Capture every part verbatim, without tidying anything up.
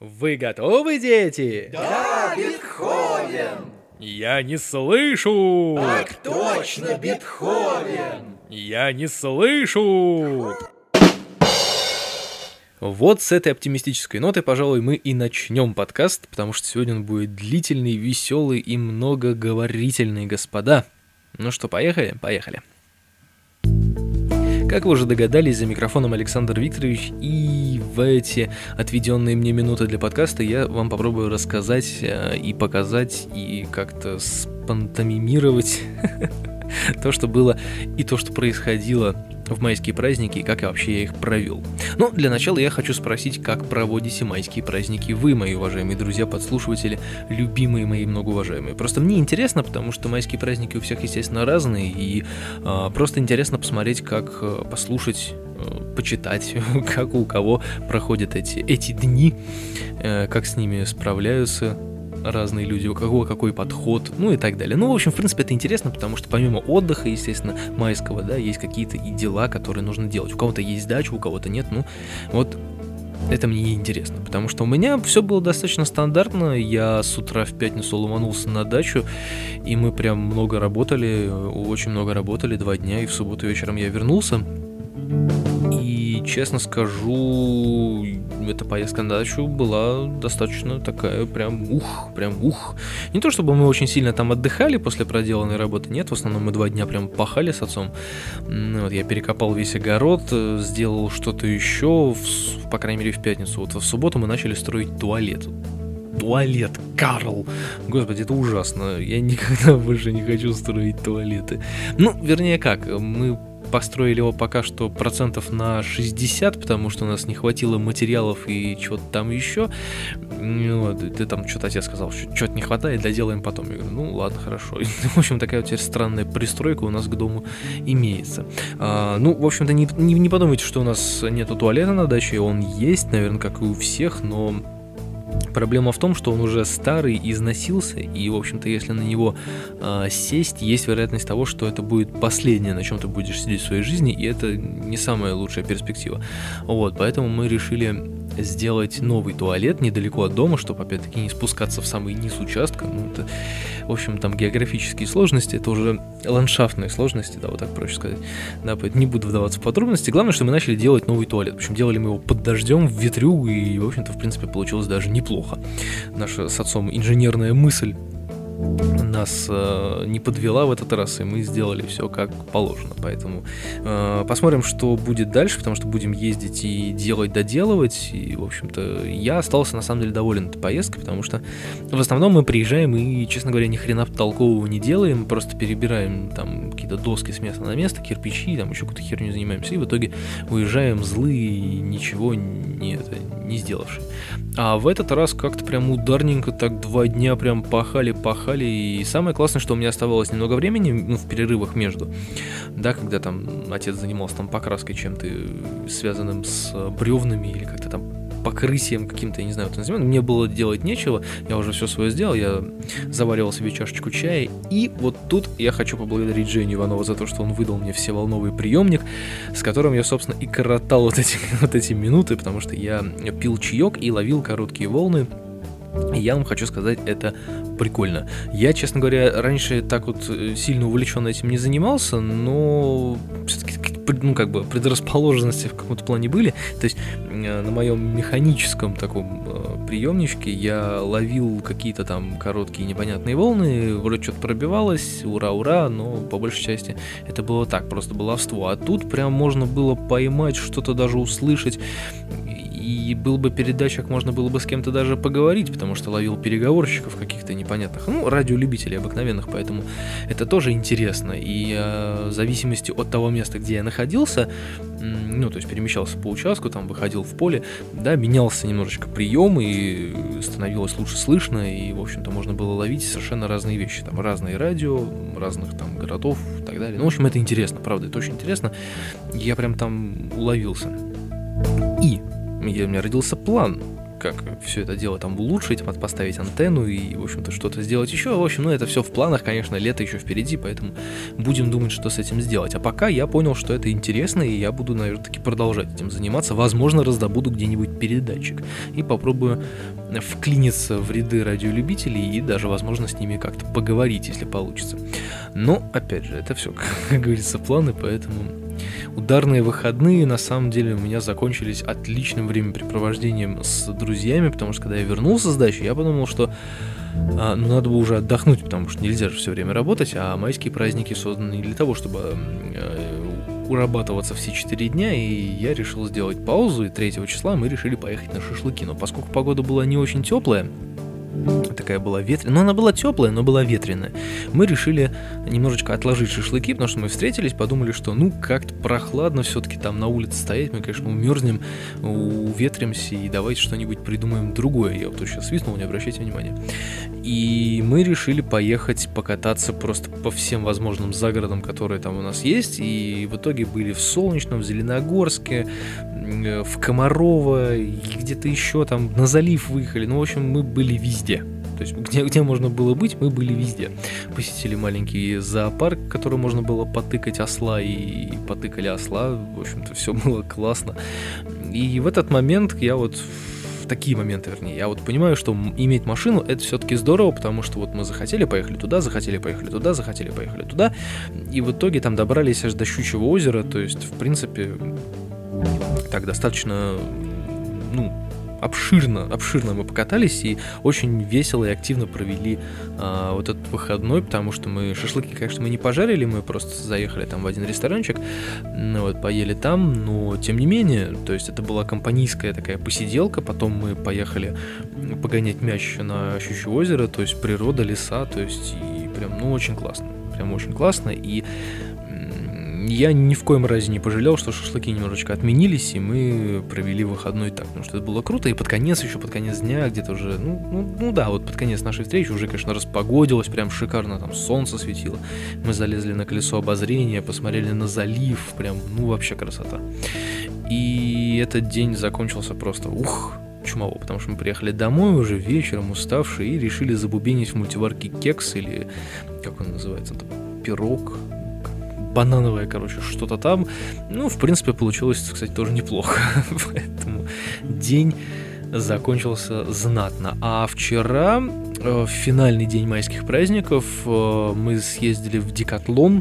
Вы готовы, дети? Да, Бетховен! Я не слышу! Так точно, Бетховен! Я не слышу! Вот с этой оптимистической нотой, пожалуй, мы и начнем подкаст, потому что сегодня он будет длительный, веселый и многоговорительный, господа. Ну что, поехали? Поехали. Как вы уже догадались, за микрофоном Александр Викторович, и в эти отведенные мне минуты для подкаста я вам попробую рассказать и показать, и как-то спантомимировать то, что было, и то, что происходило в майские праздники, и как я вообще я их провел. Но для начала я хочу спросить, как проводите майские праздники вы, мои уважаемые друзья, подслушиватели, любимые мои многоуважаемые. Просто мне интересно, потому что майские праздники у всех, естественно, разные, и а, просто интересно посмотреть, как а, послушать, а, почитать, как у кого проходят эти, эти дни, а, как с ними справляются разные люди, у кого какой подход, ну и так далее. Ну, в общем, в принципе, это интересно, потому что помимо отдыха, естественно, майского, да, есть какие-то и дела, которые нужно делать. У кого-то есть дача, у кого-то нет, ну, вот это мне интересно, потому что у меня все было достаточно стандартно. Я с утра в пятницу ломанулся на дачу, и мы прям много работали, очень много работали, два дня, и в субботу вечером я вернулся. И, честно скажу, эта поездка на дачу была достаточно такая прям ух, прям ух. Не то чтобы мы очень сильно там отдыхали после проделанной работы, нет, в основном мы два дня прям пахали с отцом. Вот, я перекопал весь огород, сделал что-то еще, в, по крайней мере в пятницу. Вот в субботу мы начали строить туалет. Туалет, Карл! Господи, это ужасно. Я никогда больше не хочу строить туалеты. Ну, вернее как, мы построили его пока что процентов на шестьдесят, потому что у нас не хватило материалов и чего-то там еще. Вот, ты там что-то отец сказал, что что-то не хватает, доделаем потом. Я говорю, ну ладно, хорошо. В общем, такая вот теперь странная пристройка у нас к дому имеется. А, ну, в общем-то, не, не, не подумайте, что у нас нету туалета на даче, он есть, наверное, как и у всех, но проблема в том, что он уже старый, износился, и, в общем-то, если на него э, сесть, есть вероятность того, что это будет последнее, на чем ты будешь сидеть в своей жизни, и это не самая лучшая перспектива. Вот, поэтому мы решили сделать новый туалет недалеко от дома, чтобы, опять-таки, не спускаться в самый низ участка. Ну, это, в общем, там географические сложности, это уже ландшафтные сложности, да, вот так проще сказать. Да, поэтому не буду вдаваться в подробности. Главное, что мы начали делать новый туалет. В общем, делали мы его под дождем, в ветрю, и, в общем-то, в принципе, получилось даже неплохо. Наша с отцом инженерная мысль нас э, не подвела в этот раз, и мы сделали все как положено. Поэтому э, посмотрим, что будет дальше, потому что будем ездить и делать, доделывать. И, в общем-то, я остался на самом деле доволен этой поездкой, потому что в основном мы приезжаем и, честно говоря, ни хрена толкового не делаем, просто перебираем там какие-то доски с места на место, кирпичи, там еще какую-то херню занимаемся, и в итоге уезжаем злые, ничего не, это, не сделавшие. А в этот раз как-то прям ударненько так два дня прям пахали-пахали. И самое классное, что у меня оставалось немного времени, ну, в перерывах между, да, когда там отец занимался там покраской чем-то связанным с бревнами или как-то там покрытием каким-то, я не знаю, вот назовем. Мне было делать нечего, я уже все свое сделал, я заваривал себе чашечку чая, и вот тут я хочу поблагодарить Женю Иванова за то, что он выдал мне всеволновый приемник, с которым я, собственно, и коротал вот эти, вот эти минуты, потому что я пил чаек и ловил короткие волны. И я вам хочу сказать, это прикольно. Я, честно говоря, раньше так вот сильно увлеченно этим не занимался, но все-таки, ну, как бы предрасположенности в каком-то плане были. То есть на моем механическом таком приемничке я ловил какие-то там короткие непонятные волны, вроде что-то пробивалось, ура-ура, но по большей части это было так, просто баловство. А тут прям можно было поймать, что-то даже услышать. И был бы передачах, можно было бы с кем-то даже поговорить, потому что ловил переговорщиков каких-то непонятных, ну, радиолюбителей обыкновенных, поэтому это тоже интересно. И э, в зависимости от того места, где я находился, ну, то есть перемещался по участку, там, выходил в поле, да, менялся немножечко прием, и становилось лучше слышно, и, в общем-то, можно было ловить совершенно разные вещи, там, разные радио, разных там городов и так далее. Ну, в общем, это интересно, правда, это очень интересно. Я прям там уловился. И у меня родился план как все это дело там улучшить, поставить антенну и, в общем-то, что-то сделать еще. В общем, ну, это все в планах, конечно, лето еще впереди, поэтому будем думать, что с этим сделать. А пока я понял, что это интересно, и я буду, наверное, таки продолжать этим заниматься. Возможно, раздобуду где-нибудь передатчик и попробую вклиниться в ряды радиолюбителей и даже, возможно, с ними как-то поговорить, если получится. Но, опять же, это все, как говорится, планы, поэтому ударные выходные, на самом деле, у меня закончились отличным времяпрепровождением с друзьями, потому что, когда я вернулся с дачи, я подумал, что а, ну, надо бы уже отдохнуть, потому что нельзя же все время работать, а майские праздники созданы не для того, чтобы э, урабатываться все четыре дня, и я решил сделать паузу, и третьего числа мы решили поехать на шашлыки. Но поскольку погода была не очень теплая, такая была ветреная, но она была теплая, но была ветреная, мы решили немножечко отложить шашлыки, потому что мы встретились, подумали, что ну как-то прохладно все-таки там на улице стоять, мы, конечно, умерзнем, уветримся, и давайте что-нибудь придумаем другое. Я вот тут сейчас свистнул, не обращайте внимания. И мы решили поехать покататься просто по всем возможным загородам, которые там у нас есть, и в итоге были в Солнечном, в Зеленогорске, в Комарово, и где-то еще там на залив выехали. Ну, в общем, мы были везде. То есть, где, где можно было быть, мы были везде. Посетили маленький зоопарк, в котором можно было потыкать осла, и потыкали осла. В общем-то, все было классно. И в этот момент я вот... В такие моменты, вернее, я вот понимаю, что иметь машину — это все-таки здорово, потому что вот мы захотели, поехали туда, захотели, поехали туда, захотели, поехали туда, и в итоге там добрались аж до Щучьего озера, то есть, в принципе, так достаточно, ну, обширно, обширно мы покатались и очень весело и активно провели а, вот этот выходной, потому что мы шашлыки, конечно, мы не пожарили, мы просто заехали там в один ресторанчик, ну, вот, поели там, но тем не менее, то есть это была компанийская такая посиделка, потом мы поехали погонять мяч на Щучье озеро, то есть природа, леса, то есть и прям, ну, очень классно, прям очень классно, и я ни в коем разе не пожалел, что шашлыки немножечко отменились, и мы провели выходной так, потому что это было круто, и под конец, еще под конец дня, где-то уже, ну, ну, ну да, вот под конец нашей встречи уже, конечно, распогодилось, прям шикарно, там солнце светило, мы залезли на колесо обозрения, посмотрели на залив, прям, ну, вообще красота. И этот день закончился просто, ух, чумово, потому что мы приехали домой уже вечером, уставшие, и решили забубенить в мультиварке кекс, или, как он называется, там, пирог, банановое, короче, что-то там. Ну, в принципе, получилось, кстати, тоже неплохо. Поэтому день закончился знатно. А вчера, в финальный день майских праздников, мы съездили в Декатлон,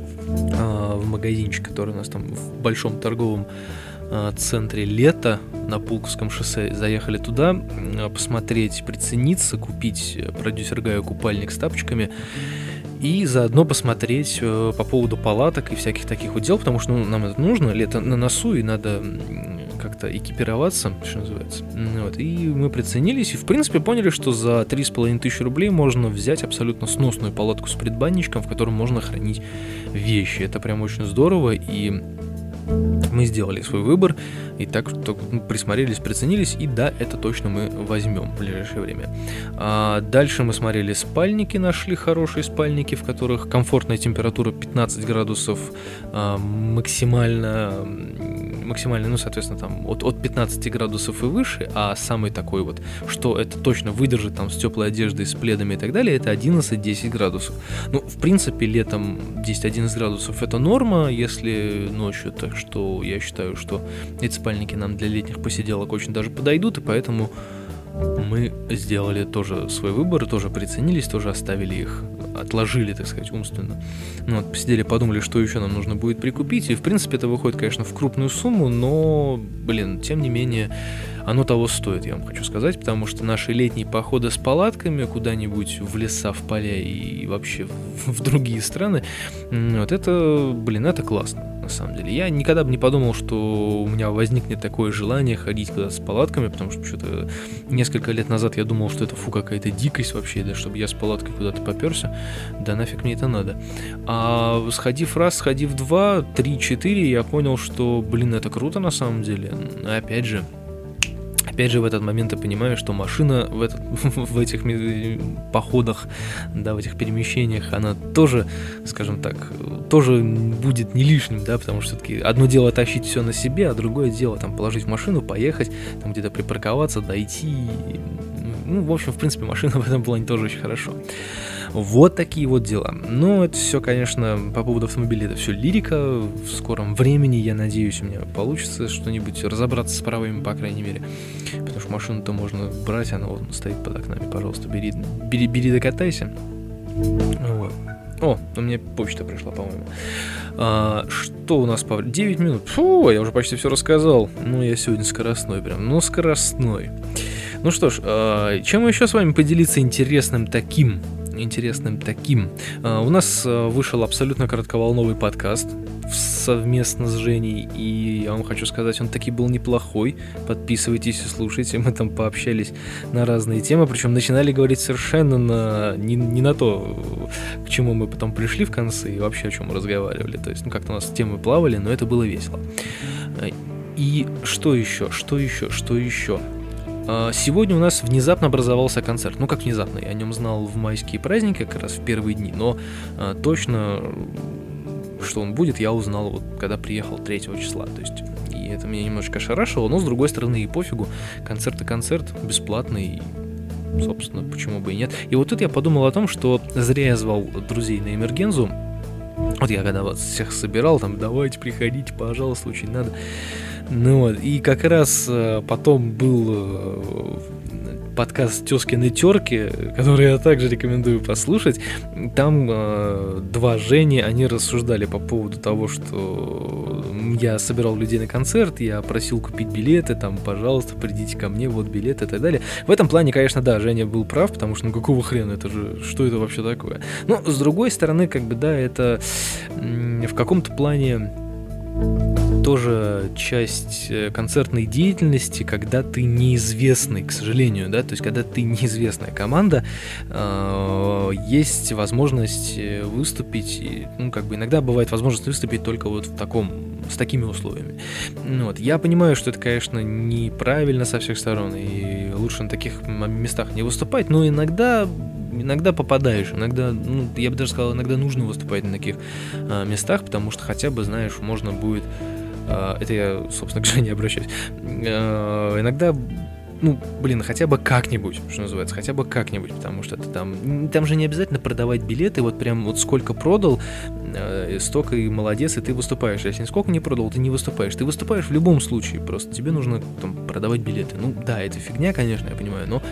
в магазинчик, который у нас там в большом торговом центре «Лето» на Пулковском шоссе. Заехали туда посмотреть, прицениться, купить продюсер Гаю купальник с тапочками и заодно посмотреть э, по поводу палаток и всяких таких вот дел, потому что ну, нам это нужно, лето на носу, и надо как-то экипироваться, что называется. Вот. И мы приценились, и в принципе поняли, что за три с половиной тысячи рублей можно взять абсолютно сносную палатку с предбанничком, в котором можно хранить вещи. Это прям очень здорово, и мы сделали свой выбор, и так присмотрелись, приценились, и да, это точно мы возьмем в ближайшее время. А дальше мы смотрели спальники, нашли хорошие спальники, в которых комфортная температура пятнадцать градусов, а, максимально, максимально, ну, соответственно, там от, от пятнадцати градусов и выше, а самый такой вот, что это точно выдержит там с теплой одеждой, с пледами и так далее, это одиннадцать-десять градусов. Ну, в принципе, летом десять-одиннадцать градусов это норма, если ночью, так что я считаю, что эти спальники нам для летних посиделок очень даже подойдут, и поэтому мы сделали тоже свой выбор, тоже приценились, тоже оставили их, отложили, так сказать, умственно. Ну вот, посидели, подумали, что еще нам нужно будет прикупить, и в принципе это выходит, конечно, в крупную сумму, но, блин, тем не менее, оно того стоит, я вам хочу сказать, потому что наши летние походы с палатками куда-нибудь в леса, в поля и вообще в, в другие страны, вот это, блин, это классно. На самом деле, я никогда бы не подумал, что у меня возникнет такое желание ходить куда-то с палатками, потому что что-то несколько лет назад я думал, что это фу, какая-то дикость вообще, да, чтобы я с палаткой куда-то попёрся, да нафиг мне это надо. А сходив раз, сходив два, три, четыре, я понял, что, блин, это круто на самом деле. Опять же, Опять же, в этот момент я понимаю, что машина в, этот, в этих походах, да, в этих перемещениях, она тоже, скажем так, тоже будет не лишним, да, потому что все-таки одно дело тащить все на себе, а другое дело там положить в машину, поехать, там где-то припарковаться, дойти. Ну, в общем, в принципе, машина в этом плане тоже очень хорошо. Вот такие вот дела. Но это все, конечно, по поводу автомобиля, это все лирика. В скором времени, я надеюсь, у меня получится что-нибудь разобраться с правами, по крайней мере. Потому что машину-то можно брать, она вот стоит под окнами. Пожалуйста, бери, бери, бери, докатайся. Вот. О, у меня почта пришла, по-моему. А, что у нас по... девять минут. Фу, я уже почти все рассказал. Ну, я сегодня скоростной прям. Ну, скоростной. Ну что ж, а, чем еще с вами поделиться интересным таким? Интересным таким. А, у нас вышел абсолютно коротковолновый подкаст совместно с Женей, и я вам хочу сказать, он таки был неплохой. Подписывайтесь и слушайте, мы там пообщались на разные темы, причем начинали говорить совершенно на, не, не на то, к чему мы потом пришли в конце, и вообще о чем мы разговаривали. То есть, ну как-то у нас темы плавали, но это было весело. И что еще, что еще, что еще? Сегодня у нас внезапно образовался концерт. Ну, как внезапно, я о нем знал в майские праздники, как раз в первые дни, но а, точно, что он будет, я узнал, вот, когда приехал третьего числа. То есть, и это меня немножечко ошарашило, но, с другой стороны, и пофигу. Концерт и концерт, бесплатный, и, собственно, почему бы и нет. И вот тут я подумал о том, что зря я звал друзей на Эмергензу. Вот я когда вас всех собирал, там, давайте, приходите, пожалуйста, очень надо. Ну вот, и как раз э, потом был э, подкаст «Тёзкины терки», который я также рекомендую послушать. Там э, два Жени, они рассуждали по поводу того, что я собирал людей на концерт, я просил купить билеты, там, пожалуйста, придите ко мне, вот билеты и так далее. В этом плане, конечно, да, Женя был прав, потому что, ну, какого хрена, это же, что это вообще такое? Но, с другой стороны, как бы, да, это м- в каком-то плане тоже часть концертной деятельности, когда ты неизвестный, к сожалению, да, то есть когда ты неизвестная команда, э, есть возможность выступить, и, ну, как бы иногда бывает возможность выступить только вот в таком, с такими условиями. Ну, вот. Я понимаю, что это, конечно, неправильно со всех сторон, и лучше на таких местах не выступать, но иногда иногда попадаешь, иногда, ну, я бы даже сказал, иногда нужно выступать на таких э, местах, потому что хотя бы, знаешь, можно будет, э, это я, собственно, к Жене обращаюсь, э, иногда, ну, блин, хотя бы как-нибудь, что называется, хотя бы как-нибудь, потому что это там, там же не обязательно продавать билеты, вот прям вот сколько продал, э, столько и молодец, и ты выступаешь, если сколько не продал, ты не выступаешь, ты выступаешь в любом случае, просто тебе нужно там продавать билеты, ну, да, это фигня, конечно, я понимаю, но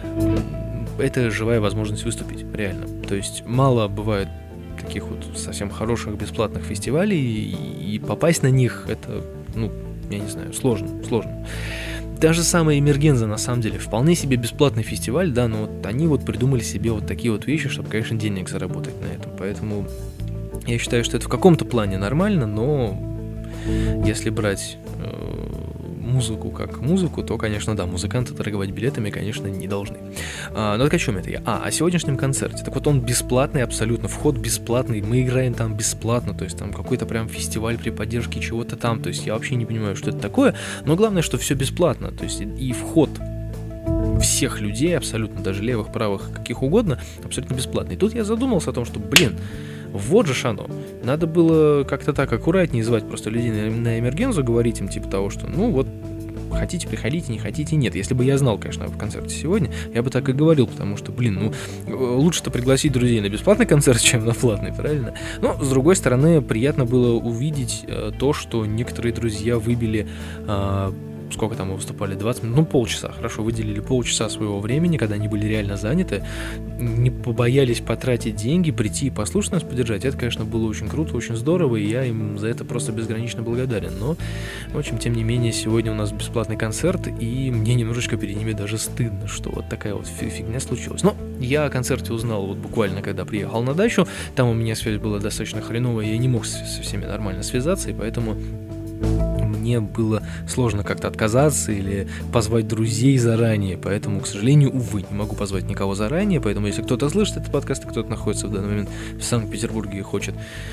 это живая возможность выступить, реально. То есть мало бывает таких вот совсем хороших бесплатных фестивалей, и, и попасть на них, это, ну, я не знаю, сложно, сложно. Даже самая Эмергенза, на самом деле, вполне себе бесплатный фестиваль, да, но вот они вот придумали себе вот такие вот вещи, чтобы, конечно, денег заработать на этом. Поэтому я считаю, что это в каком-то плане нормально, но если брать э, музыку как музыку, то, конечно, да, музыканты торговать билетами, конечно, не должны. А, но так о чем это я? А, о сегодняшнем концерте. Так вот, он бесплатный абсолютно, вход бесплатный, мы играем там бесплатно, то есть там какой-то прям фестиваль при поддержке чего-то там, то есть я вообще не понимаю, что это такое, но главное, что все бесплатно, то есть и вход всех людей, абсолютно, даже левых, правых, каких угодно, абсолютно бесплатный. И тут я задумался о том, что, блин, вот же ж оно. Надо было как-то так аккуратнее звать просто людей на, на Эмергензу, говорить им типа того, что ну вот хотите, приходите, не хотите, нет. Если бы я знал, конечно, в концерте сегодня, я бы так и говорил, потому что, блин, ну лучше-то пригласить друзей на бесплатный концерт, чем на платный, правильно? Но, с другой стороны, приятно было увидеть э, то, что некоторые друзья выбили... Э, сколько там мы выступали, двадцать минут, ну полчаса, хорошо, выделили полчаса своего времени, когда они были реально заняты, не побоялись потратить деньги, прийти и послушать нас, поддержать. Это, конечно, было очень круто, очень здорово, и я им за это просто безгранично благодарен. Но, в общем, тем не менее, сегодня у нас бесплатный концерт, и мне немножечко перед ними даже стыдно, что вот такая вот фигня случилась. Но я о концерте узнал вот буквально, когда приехал на дачу, там у меня связь была достаточно хреновая, я не мог со всеми нормально связаться, и поэтому... мне было сложно как-то отказаться или позвать друзей заранее, поэтому, к сожалению, увы, не могу позвать никого заранее, поэтому если кто-то слышит этот подкаст, и кто-то находится в данный момент в Санкт-Петербурге и хочет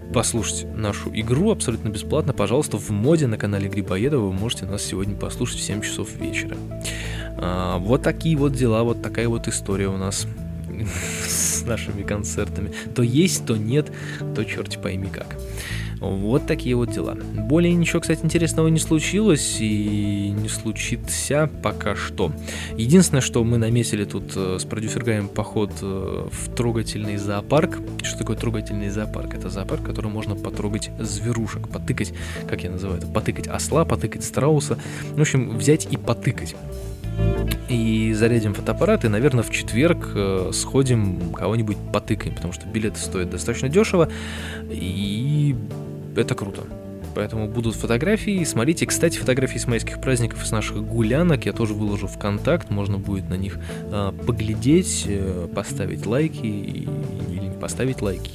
послушать нашу игру абсолютно бесплатно, пожалуйста, в моде на канале Грибоедова вы можете нас сегодня послушать в семь часов вечера. А, вот такие вот дела, вот такая вот история у нас с нашими концертами. То есть, то нет, то черти пойми как. Вот такие вот дела. Более ничего, кстати, интересного не случилось и не случится пока что. Единственное, что мы наметили тут с продюсер Гаем поход в трогательный зоопарк. Что такое трогательный зоопарк? Это зоопарк, в котором можно потрогать зверушек, потыкать, как я называю это, потыкать осла, потыкать страуса. В общем, взять и потыкать. И зарядим фотоаппарат, и, наверное, в четверг э, сходим кого-нибудь потыкаем, потому что билеты стоят достаточно дешево, и это круто. Поэтому будут фотографии, смотрите. Кстати, фотографии с майских праздников, с наших гулянок я тоже выложу в контакт, можно будет на них э, поглядеть, э, поставить лайки, и, или не поставить лайки.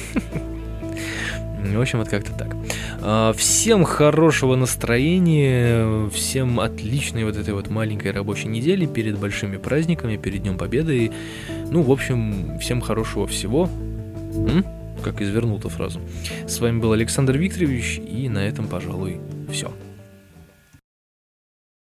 В общем, вот как-то так. Всем хорошего настроения, всем отличной вот этой вот маленькой рабочей недели перед большими праздниками, перед Днем Победы. Ну, в общем, всем хорошего всего. М? Как извернул-то фразу. С вами был Александр Викторович, и на этом, пожалуй, все.